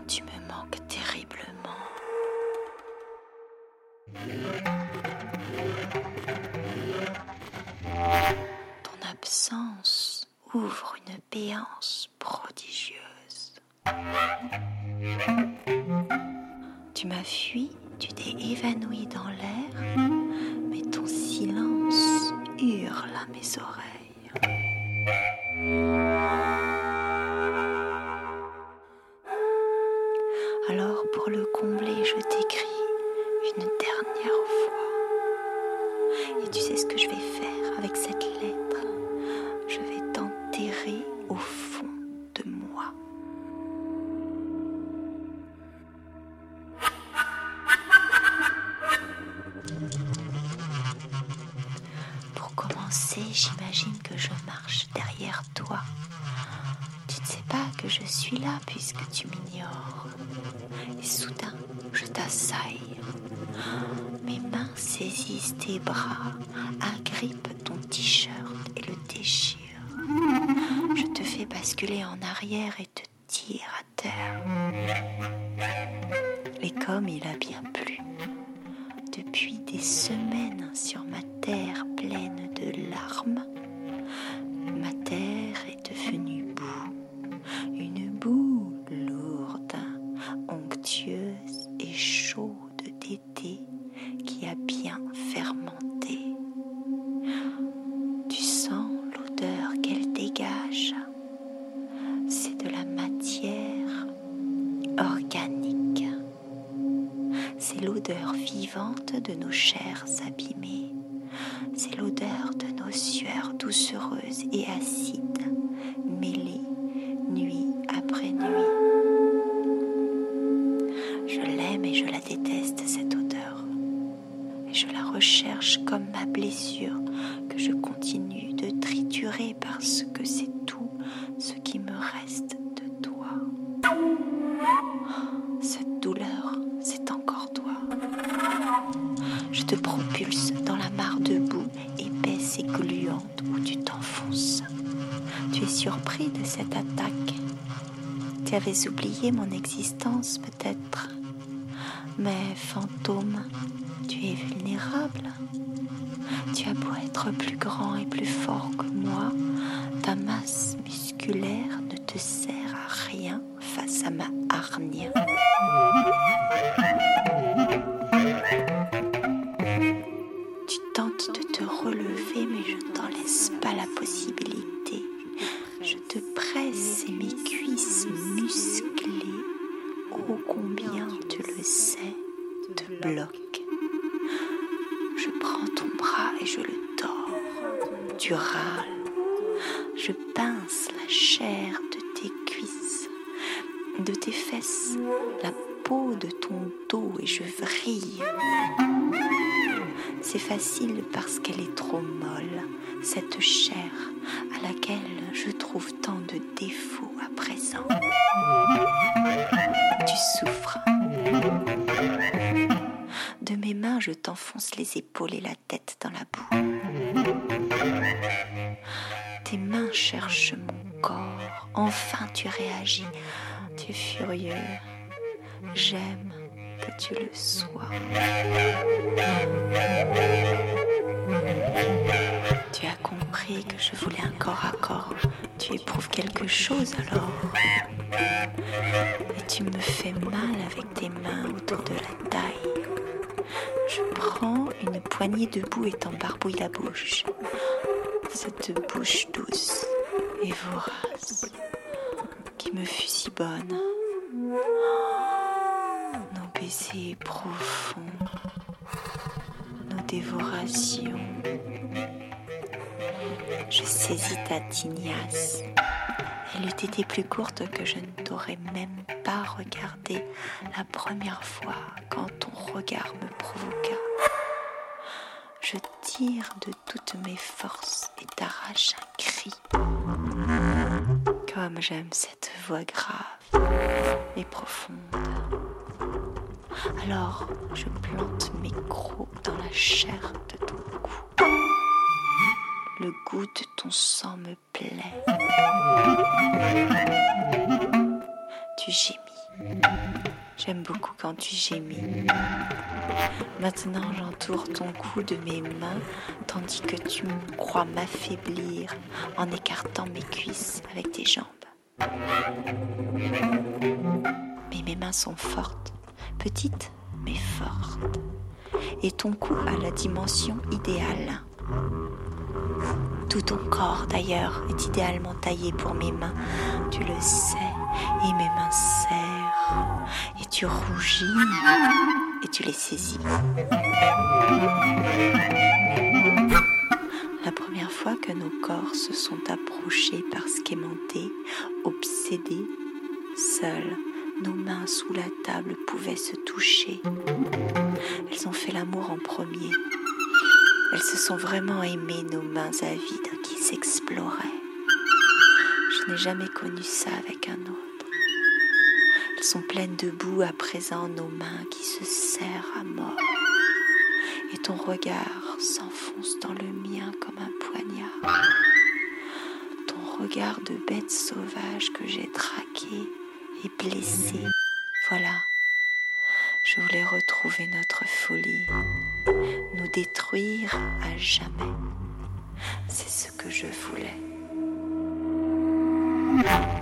tu me manques terriblement. Ton absence ouvre une béance prodigieuse. Tu m'as fui, tu t'es évanoui dans l'air, mais ton silence hurle à mes oreilles. Alors pour le combler, je t'écris une dernière fois. Et tu sais ce que je vais faire avec cette lettre? Je vais t'enterrer au fond de moi. Pour commencer, j'imagine que je marche derrière toi. Tu ne sais pas que je suis là puisque tu m'ignores. Et soudain, je t'assaille. Mes mains saisissent tes bras, agrippent ton t-shirt et le déchirent. Je te fais basculer en arrière et te tire à terre. Et comme il a bien plu, depuis des semaines sur ma terre pleine de larmes, ma terre est devenue boue, une boue lourde, onctueuse et chaude d'été qui a bien fermenté. Tu sens l'odeur qu'elle dégage. C'est de la matière organique. C'est l'odeur vivante de nos chairs abîmées. C'est l'odeur de nos sueurs doucereuses et acides, mêlées nuit après nuit. Je l'aime et je la déteste, cette odeur. Et je la recherche comme ma blessure que je continue de triturer parce que c'est tout ce qui me reste de toi. Cette douleur, c'est encore toi. Je te propulse dans la mare de boue épaisse et gluante où tu t'enfonces. Tu es surpris de cette attaque. Tu avais oublié mon existence peut-être. Mais fantôme, tu es vulnérable. Tu as beau être plus grand et plus fort que moi, ta masse musculaire ne te sert à rien face à ma hargne. Tu tentes de te relever, mais je ne t'en laisse pas la possibilité. Je te presse et mes cuisses musclées, ô combien tu le sais, te bloquent. Je prends ton bras et je le tords. Tu râles. Je pince la chair de tes cuisses, de tes fesses, la peau de ton dos et je vrille. C'est facile parce qu'elle est trop molle, cette chair à laquelle je trouve tant de défauts à présent. Tu souffres. De mes mains, je t'enfonce les épaules et la tête dans la boue. Tes mains cherchent mon corps. Enfin, tu réagis. Tu es furieux. J'aime que tu le sois. Tu as compris que je voulais un corps à corps. Tu éprouves quelque chose alors. Et tu me fais mal avec tes mains autour de la taille. Je prends une poignée de boue et t'en barbouille la bouche. Cette bouche douce et vorace qui me fut si bonne. Nos baisers profonds, nos dévorations. Je saisis ta tignasse. Elle eût été plus courte que je ne t'aurais même pas regardé la première fois quand ton regard me provoqua. Je tire de toutes mes forces et t'arrache un cri. Comme j'aime cette voix grave et profonde. Alors je plante mes crocs dans la chair de ton cou. Le goût de ton sang me plaît. Tu gémis. J'aime beaucoup quand tu gémis. Maintenant, j'entoure ton cou de mes mains, tandis que tu crois m'affaiblir en écartant mes cuisses avec tes jambes. Mais mes mains sont fortes, petites mais fortes. Et ton cou a la dimension idéale. Tout ton corps, d'ailleurs, est idéalement taillé pour mes mains. Tu le sais, et mes mains serrent, et tu rougis, et tu les saisis. La première fois que nos corps se sont approchés par schémentés, obsédés, seuls, nos mains sous la table pouvaient se toucher. Elles ont fait l'amour en premier. Elles se sont vraiment aimées, nos mains avides qui s'exploraient. Je n'ai jamais connu ça avec un autre. Elles sont pleines de boue à présent, nos mains qui se serrent à mort. Et ton regard s'enfonce dans le mien comme un poignard. Ton regard de bête sauvage que j'ai traqué et blessé. Voilà, je voulais retrouver notre folie, nous détruire à jamais. C'est ce que je voulais.